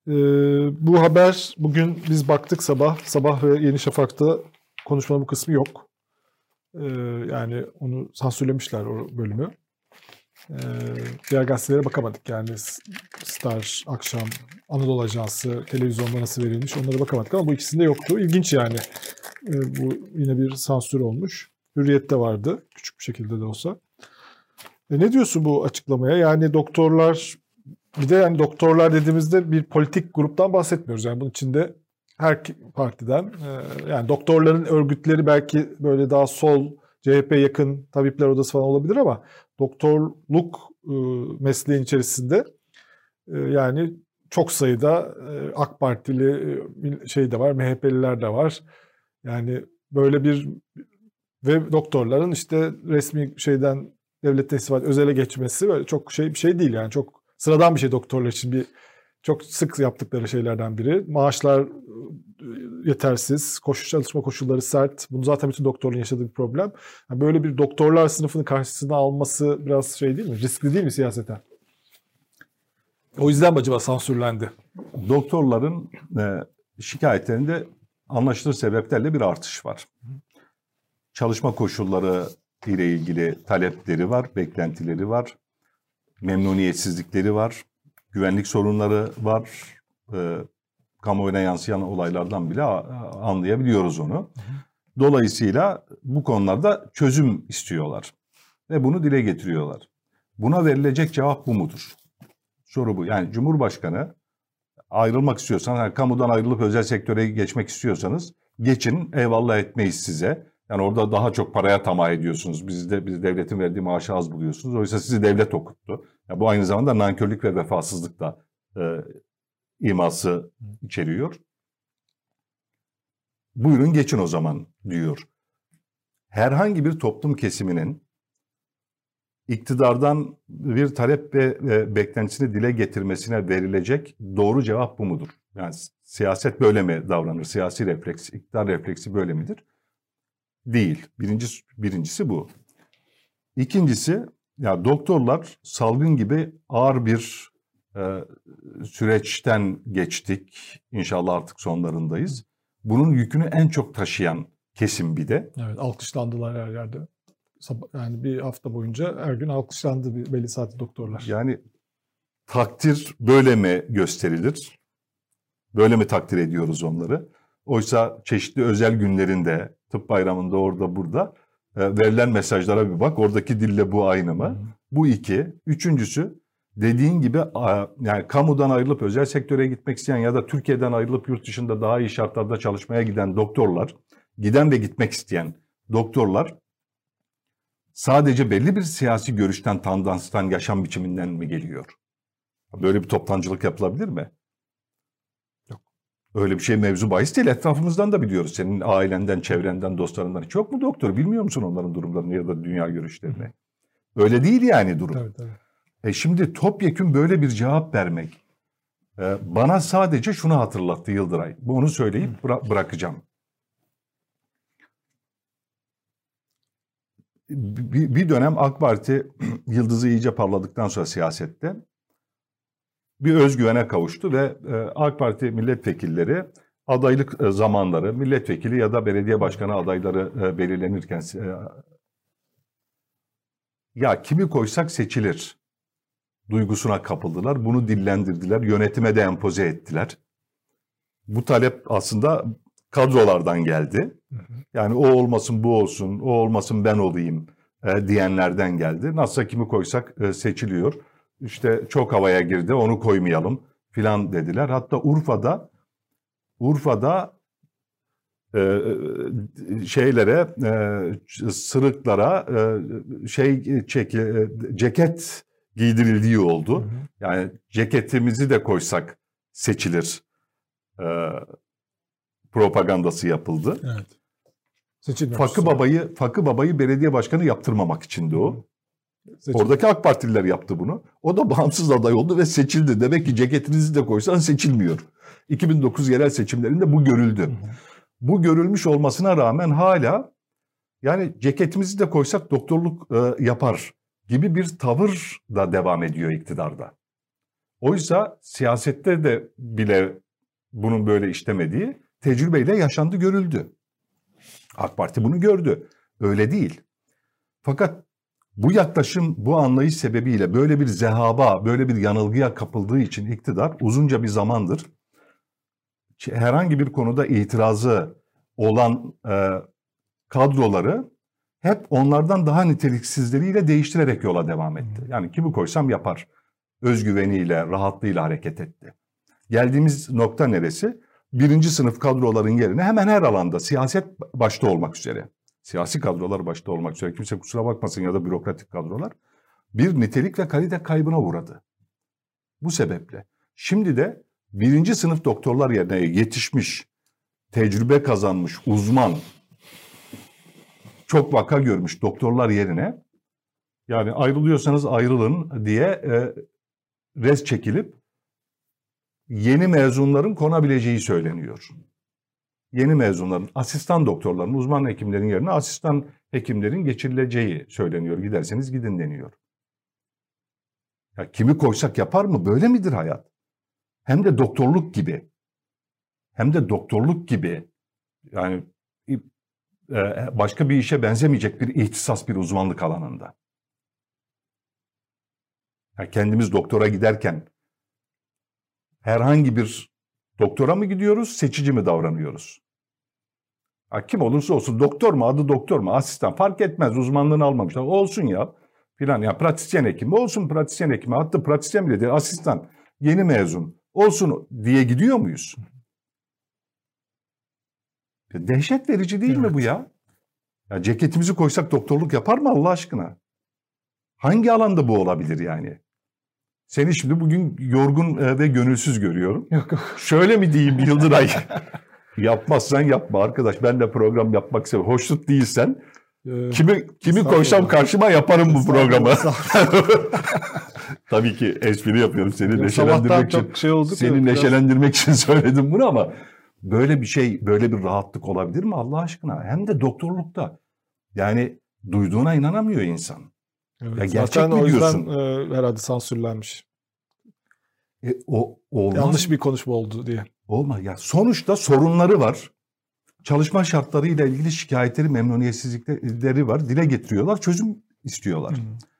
A: Bu haber bugün biz baktık sabah ve Yeni Şafak'ta konuşmanın bu kısmı yok. Yani onu sansürlemişler o bölümü. Diğer gazetelere bakamadık. Yani Star, Akşam, Anadolu Ajansı, televizyonda nasıl verilmiş onlara bakamadık ama bu ikisinde yoktu. İlginç yani. Bu yine bir sansür olmuş. Hürriyet'te vardı. Küçük bir şekilde de olsa. Ne diyorsun bu açıklamaya? Yani doktorlar, bir de yani doktorlar dediğimizde bir politik gruptan bahsetmiyoruz. Yani bunun içinde her partiden, yani doktorların örgütleri belki böyle daha sol, CHP yakın tabipler odası falan olabilir ama doktorluk mesleğin içerisinde yani çok sayıda AK Partili şey de var, MHP'liler de var. Yani böyle bir ve doktorların işte resmi şeyden devletten istifade özele geçmesi böyle çok bir şey değil yani çok sıradan bir şey doktorlar için çok sık yaptıkları şeylerden biri. Maaşlar yetersiz, çalışma koşulları sert. Bunu zaten bütün doktorların yaşadığı bir problem. Yani böyle bir doktorlar sınıfını karşısına alması biraz şey değil mi? Riskli değil mi siyaseten? O yüzden mi acaba sansürlendi?
B: Doktorların şikayetlerinde anlaşılır sebeplerle bir artış var. Çalışma koşulları ile ilgili talepleri var, beklentileri var, memnuniyetsizlikleri var, güvenlik sorunları var. Kamuoyuna yansıyan olaylardan bile anlayabiliyoruz onu. Dolayısıyla bu konularda çözüm istiyorlar ve bunu dile getiriyorlar. Buna verilecek cevap bu mudur? Soru bu. Yani Cumhurbaşkanı ayrılmak istiyorsanız, yani kamudan ayrılıp özel sektöre geçmek istiyorsanız geçin, eyvallah etmeyiz size. Yani orada daha çok paraya tamah ediyorsunuz. Biz devletin verdiği maaşı az buluyorsunuz. Oysa sizi devlet okuttu. Yani bu aynı zamanda nankörlük ve vefasızlık da iması içeriyor. Buyurun geçin o zaman diyor. Herhangi bir toplum kesiminin iktidardan bir talep ve beklentisini dile getirmesine verilecek doğru cevap bu mudur? Yani siyaset böyle mi davranır? Siyasi refleks, iktidar refleksi böyle midir? Değil. Birincisi bu. İkincisi, ya doktorlar salgın gibi ağır bir süreçten geçtik. İnşallah artık sonlarındayız. Bunun yükünü en çok taşıyan kesim bir de.
A: Evet, alkışlandılar her yerde. Yani bir hafta boyunca her gün alkışlandı belli saatte doktorlar.
B: Yani takdir böyle mi gösterilir? Böyle mi takdir ediyoruz onları? Oysa çeşitli özel günlerinde, tıp bayramında, orada burada verilen mesajlara bir bak. Oradaki dille bu aynı mı? Bu iki. Üçüncüsü, dediğin gibi yani kamudan ayrılıp özel sektöre gitmek isteyen ya da Türkiye'den ayrılıp yurt dışında daha iyi şartlarda çalışmaya giden doktorlar, giden ve gitmek isteyen doktorlar sadece belli bir siyasi görüşten, tandanstan, yaşam biçiminden mi geliyor? Böyle bir toptancılık yapılabilir mi? Yok. Öyle bir şey mevzu bahis değil. Etrafımızdan da biliyoruz. Senin ailenden, çevrenden, dostlarından hiç yok mu doktor? Bilmiyor musun onların durumlarını ya da dünya görüşlerini? Öyle değil yani durum.
A: Tabii, tabii.
B: Şimdi topyekün böyle bir cevap vermek bana sadece şunu hatırlattı Yıldıray. Bunu söyleyip bırakacağım. Bir dönem AK Parti yıldızı iyice parladıktan sonra siyasette bir özgüvene kavuştu ve AK Parti milletvekilleri adaylık zamanları, milletvekili ya da belediye başkanı adayları belirlenirken ya kimi koysak seçilir duygusuna kapıldılar. Bunu dillendirdiler, yönetime de empoze ettiler. Bu talep aslında kadrolardan geldi. Yani o olmasın bu olsun, o olmasın ben olayım diyenlerden geldi. Nasılsa kimi koysak seçiliyor. İşte çok havaya girdi, onu koymayalım filan dediler. Hatta Urfa'da sırıklara ceket giydirildiği oldu. Yani ceketimizi de koysak seçilir propagandası yapıldı. Evet. Fakı Baba'yı belediye başkanı yaptırmamak içindi o. Oradaki AK Partililer yaptı bunu. O da bağımsız aday oldu ve seçildi. Demek ki ceketinizi de koysan seçilmiyor. 2009 yerel seçimlerinde bu görüldü. Bu görülmüş olmasına rağmen hala yani ceketimizi de koysak doktorluk yapar gibi bir tavır da devam ediyor iktidarda. Oysa siyasette de bile bunun böyle işlemediği tecrübeyle yaşandı, görüldü. AK Parti bunu gördü. Öyle değil. Fakat bu yaklaşım, bu anlayış sebebiyle böyle bir zehaba, böyle bir yanılgıya kapıldığı için iktidar uzunca bir zamandır herhangi bir konuda itirazı olan kadroları hep onlardan daha niteliksizleriyle değiştirerek yola devam etti. Yani kimi koysam yapar özgüveniyle, rahatlığıyla hareket etti. Geldiğimiz nokta neresi? Birinci sınıf kadroların yerine hemen her alanda, siyaset başta olmak üzere, siyasi kadrolar başta olmak üzere, kimse kusura bakmasın ya da bürokratik kadrolar, bir nitelik ve kalite kaybına uğradı. Bu sebeple şimdi de birinci sınıf doktorlar yerine yetişmiş, tecrübe kazanmış, uzman, çok vaka görmüş doktorlar yerine, yani ayrılıyorsanız ayrılın diye res çekilip yeni mezunların konabileceği söyleniyor. Yeni mezunların, asistan doktorların, uzman hekimlerin yerine asistan hekimlerin geçirileceği söyleniyor. Giderseniz gidin deniyor. Ya kimi koysak yapar mı? Böyle midir hayat? Hem de doktorluk gibi. Hem de doktorluk gibi. Yani başka bir işe benzemeyecek bir ihtisas, bir uzmanlık alanında. Ya kendimiz doktora giderken herhangi bir doktora mı gidiyoruz, seçici mi davranıyoruz? Ha, kim olursa olsun, doktor mu, adı doktor mu, asistan fark etmez, uzmanlığını almamışlar. Olsun ya filan, ya pratisyen hekim olsun, pratisyen hekimi, hatta pratisyen bile değil, asistan, yeni mezun olsun diye gidiyor muyuz? Dehşet verici değil mi bu ya? Ya ceketimizi koysak doktorluk yapar mı Allah aşkına? Hangi alanda bu olabilir yani? Seni şimdi bugün yorgun ve gönülsüz görüyorum.
A: Yok.
B: Şöyle mi diyeyim Yıldıray? Yapmazsan yapma arkadaş. Ben de program yapmak istiyorum. Hoşnut değilsen kimi koysam karşıma yaparım bu programı. Tabii ki espri yapıyorum, seni neşelendirmek için. Seni neşelendirmek için söyledim bunu ama böyle bir şey, böyle bir rahatlık olabilir mi Allah aşkına? Hem de doktorlukta. Yani duyduğuna inanamıyor insan.
A: Evet, ya gerçek mi diyorsun? O yüzden herhalde sansürlenmiş. Yanlış bir konuşma oldu diye.
B: Olmaz. Ya sonuçta sorunları var. Çalışma şartlarıyla ilgili şikayetleri, memnuniyetsizlikleri var. Dile getiriyorlar, çözüm istiyorlar.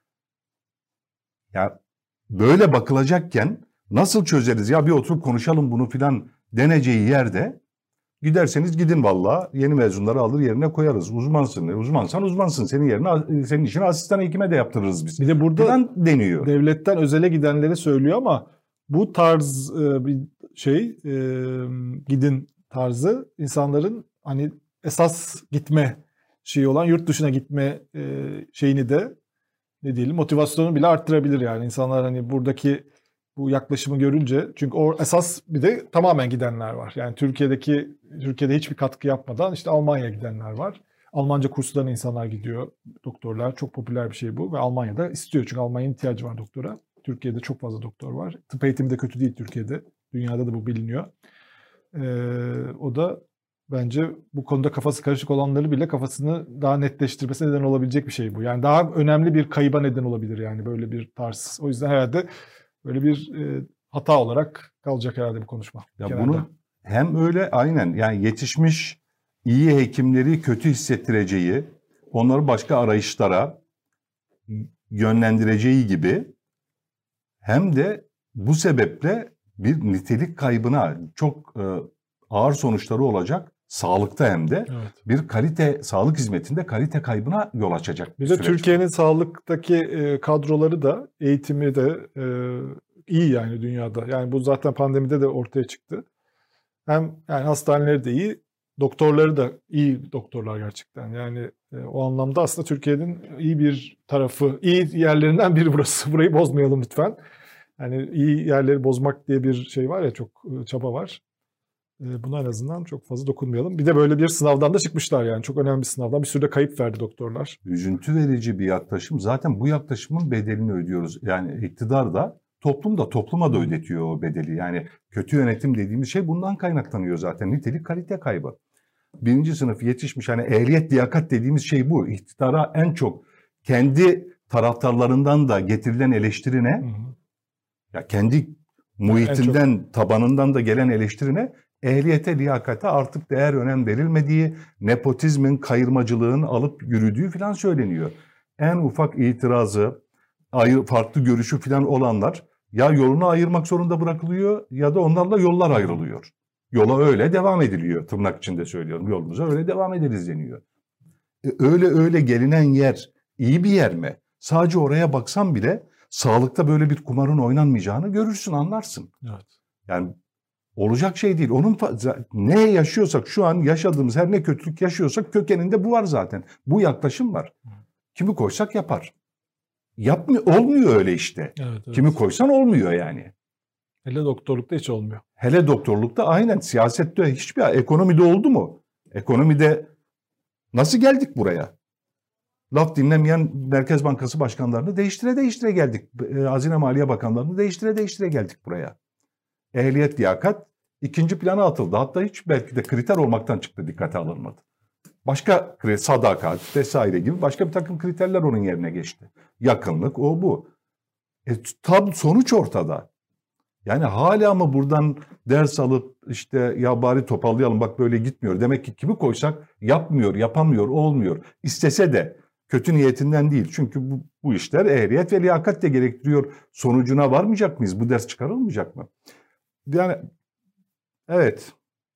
B: Ya böyle bakılacakken nasıl çözeriz? Ya bir oturup konuşalım bunu filan deneceği yerde giderseniz gidin vallahi, yeni mezunları alır yerine koyarız. Uzmansın. Uzmansan uzmansın. Senin işini asistan hekime de yaptırırız biz.
A: Bir de burada
B: filan deniyor.
A: Devletten özele gidenleri söylüyor ama bu tarz bir gidin tarzı insanların hani esas gitme şeyi olan yurt dışına gitme şeyini de ne diyelim motivasyonunu bile arttırabilir yani. İnsanlar hani buradaki bu yaklaşımı görünce, çünkü o esas bir de tamamen gidenler var. Yani Türkiye'de hiçbir katkı yapmadan işte Almanya'ya gidenler var. Almanca kurslarına insanlar gidiyor, doktorlar. Çok popüler bir şey bu ve Almanya'da istiyor çünkü Almanya'nın ihtiyacı var doktora. Türkiye'de çok fazla doktor var. Tıp eğitimi de kötü değil Türkiye'de. Dünyada da bu biliniyor. O da bence bu konuda kafası karışık olanları bile kafasını daha netleştirmesine neden olabilecek bir şey bu. Yani daha önemli bir kayıba neden olabilir yani böyle bir tarz. O yüzden herhalde böyle bir hata olarak kalacak herhalde bu konuşma.
B: Ya bunu hem öyle aynen yani yetişmiş iyi hekimleri kötü hissettireceği, onları başka arayışlara yönlendireceği gibi hem de bu sebeple bir nitelik kaybına çok ağır sonuçları olacak. Sağlıkta hem de bir sağlık hizmetinde kalite kaybına yol açacak.
A: Bir de Türkiye'nin sağlıktaki kadroları da, eğitimi de iyi yani dünyada. Yani bu zaten pandemide de ortaya çıktı. Hem yani hastaneleri de iyi, doktorları da iyi doktorlar gerçekten. Yani o anlamda aslında Türkiye'nin iyi bir tarafı, iyi yerlerinden biri burası. Burayı bozmayalım lütfen. Yani iyi yerleri bozmak diye bir şey var ya, çok çaba var. Buna en azından çok fazla dokunmayalım. Bir de böyle bir sınavdan da çıkmışlar yani. Çok önemli bir sınavdan. Bir sürü de kayıp verdi doktorlar.
B: Üzüntü verici bir yaklaşım. Zaten bu yaklaşımın bedelini ödüyoruz. Yani iktidar da, topluma da ödetiyor o bedeli. Yani kötü yönetim dediğimiz şey bundan kaynaklanıyor zaten. Nitelik kalite kaybı. Birinci sınıf yetişmiş, hani ehliyet liyakat dediğimiz şey bu. İktidara en çok kendi taraftarlarından da getirilen eleştiri ne? Ya kendi muhitinden, tabanından da gelen eleştirine ehliyete, liyakate artık değer önem verilmediği, nepotizmin, kayırmacılığın alıp yürüdüğü falan söyleniyor. En ufak itirazı, farklı görüşü falan olanlar ya yolunu ayırmak zorunda bırakılıyor ya da onlarla yollar ayrılıyor. Yola öyle devam ediliyor, tırnak içinde söylüyorum. Yolumuza öyle devam ederiz deniyor. Öyle gelinen yer iyi bir yer mi? Sadece oraya baksan bile sağlıkta böyle bir kumarın oynanmayacağını görürsün, anlarsın.
A: Evet.
B: Yani olacak şey değil. Onun ne yaşıyorsak, şu an yaşadığımız her ne kötülük yaşıyorsak kökeninde bu var zaten. Bu yaklaşım var. Kimi koysak yapar. Olmuyor öyle işte.
A: Evet.
B: Kimi koysan olmuyor yani.
A: Hele doktorlukta hiç olmuyor.
B: Hele doktorlukta aynen, siyasette hiçbir, ekonomide oldu mu? Ekonomide nasıl geldik buraya? Laf dinlemeyen Merkez Bankası başkanlarını değiştire geldik. Hazine Maliye Bakanlarını değiştire geldik buraya. Ehliyet, liyakat ikinci plana atıldı. Hatta hiç belki de kriter olmaktan çıktı, dikkate alınmadı. Başka sadakat vesaire gibi başka bir takım kriterler onun yerine geçti. Yakınlık, o bu. Tam sonuç ortada. Yani hala mı buradan ders alıp işte ya bari toparlayalım, bak böyle gitmiyor. Demek ki kimi koysak yapmıyor, yapamıyor, olmuyor. İstese de kötü niyetinden değil. Çünkü bu işler ehliyet ve liyakat de gerektiriyor. Sonucuna varmayacak mıyız? Bu ders çıkarılmayacak mı? Yani evet.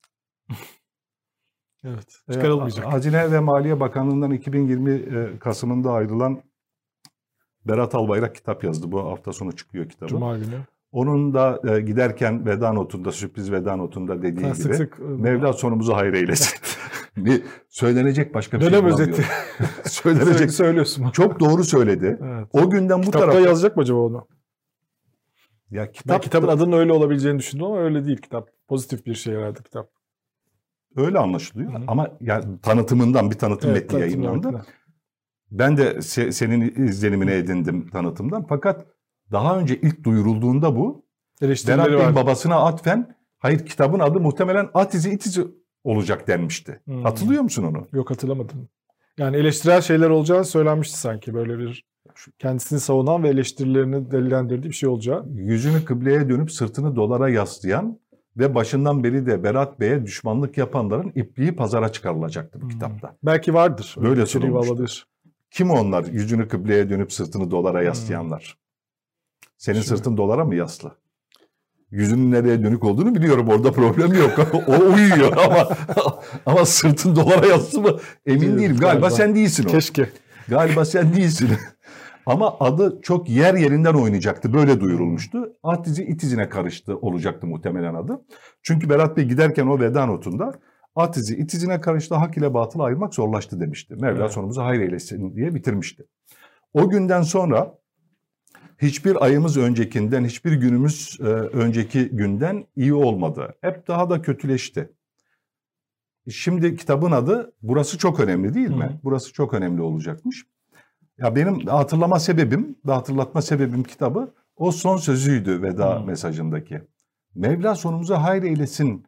A: Evet, çıkarılmayacak.
B: Hazine ve Maliye Bakanlığı'ndan 2020 Kasım'ında ayrılan Berat Albayrak kitap yazdı. Bu hafta sonu çıkıyor kitabı.
A: Cuma günü.
B: Onun da giderken veda notunda, sürpriz veda notunda dediği gibi Mevla sonumuzu hayır eylesin. Söylenecek başka bir şey bulamıyorum. Söylenecek.
A: Söylüyorsun.
B: Çok doğru söyledi.
A: Evet.
B: O günden bu tarafa.
A: Kitapta yazacak mı acaba onu?
B: Ya
A: ben kitabın adının öyle olabileceğini düşündüm ama öyle değil kitap. Pozitif bir şey herhalde kitap.
B: Öyle anlaşılıyor. Hı-hı. Ama yani tanıtımından bir tanıtım metni yayınlandı. Metni. Ben de senin izlenimini edindim tanıtımdan. Fakat daha önce ilk duyurulduğunda bu Berat Bey'in babasına atfen, hayır kitabın adı muhtemelen At İzi İt İzi olacak denmişti. Hatırlıyor musun onu?
A: Yok, hatırlamadım. Yani eleştirel şeyler olacağı söylenmişti sanki, böyle bir kendisini savunan ve eleştirilerini delillendirdiği bir şey olacağı.
B: Yüzünü kıbleye dönüp sırtını dolara yaslayan ve başından beri de Berat Bey'e düşmanlık yapanların ipliği pazara çıkarılacaktı bu kitapta.
A: Belki vardır.
B: Böyle sunulmuştu. Kim onlar yüzünü kıbleye dönüp sırtını dolara yaslayanlar? Senin sırtın dolara mı yaslı? Yüzünün nereye dönük olduğunu biliyorum. Orada problem yok. O uyuyor ama sırtın dolara yaslı mı? Emin değilim. Galiba sen değilsin o.
A: Keşke.
B: Galiba sen değilsin. Ama adı çok yerinden oynayacaktı. Böyle duyurulmuştu. At izi it izine karıştı olacaktı muhtemelen adı. Çünkü Berat Bey giderken o veda notunda at izi it izine karıştı, hak ile batılı ayırmak zorlaştı demişti. Mevla sonumuzu hayır eylesin diye bitirmişti. O günden sonra hiçbir ayımız öncekinden, hiçbir günümüz önceki günden iyi olmadı. Hep daha da kötüleşti. Şimdi kitabın adı, burası çok önemli değil mi? Burası çok önemli olacakmış. Ya benim hatırlatma sebebim kitabı o son sözüydü veda mesajındaki. Mevla sonumuzu hayır eylesin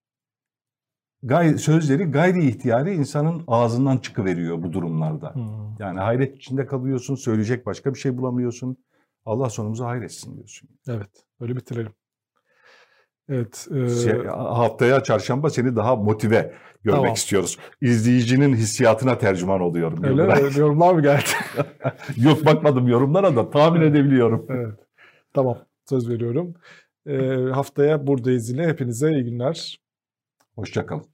B: sözleri gayri ihtiyari insanın ağzından çıkıveriyor bu durumlarda. Yani hayret içinde kalıyorsun, söyleyecek başka bir şey bulamıyorsun. Allah sonumuzu hayretsin diyorsun.
A: Evet, öyle bitirelim. Evet.
B: Haftaya çarşamba seni daha motive görmek istiyoruz. İzleyicinin hissiyatına tercüman oluyorum.
A: Öyle mi? Yorumlar mı geldi?
B: Yok, bakmadım yorumlara da tahmin edebiliyorum.
A: Evet. Tamam, söz veriyorum. Haftaya buradayız yine. Hepinize iyi günler.
B: Hoşça kalın.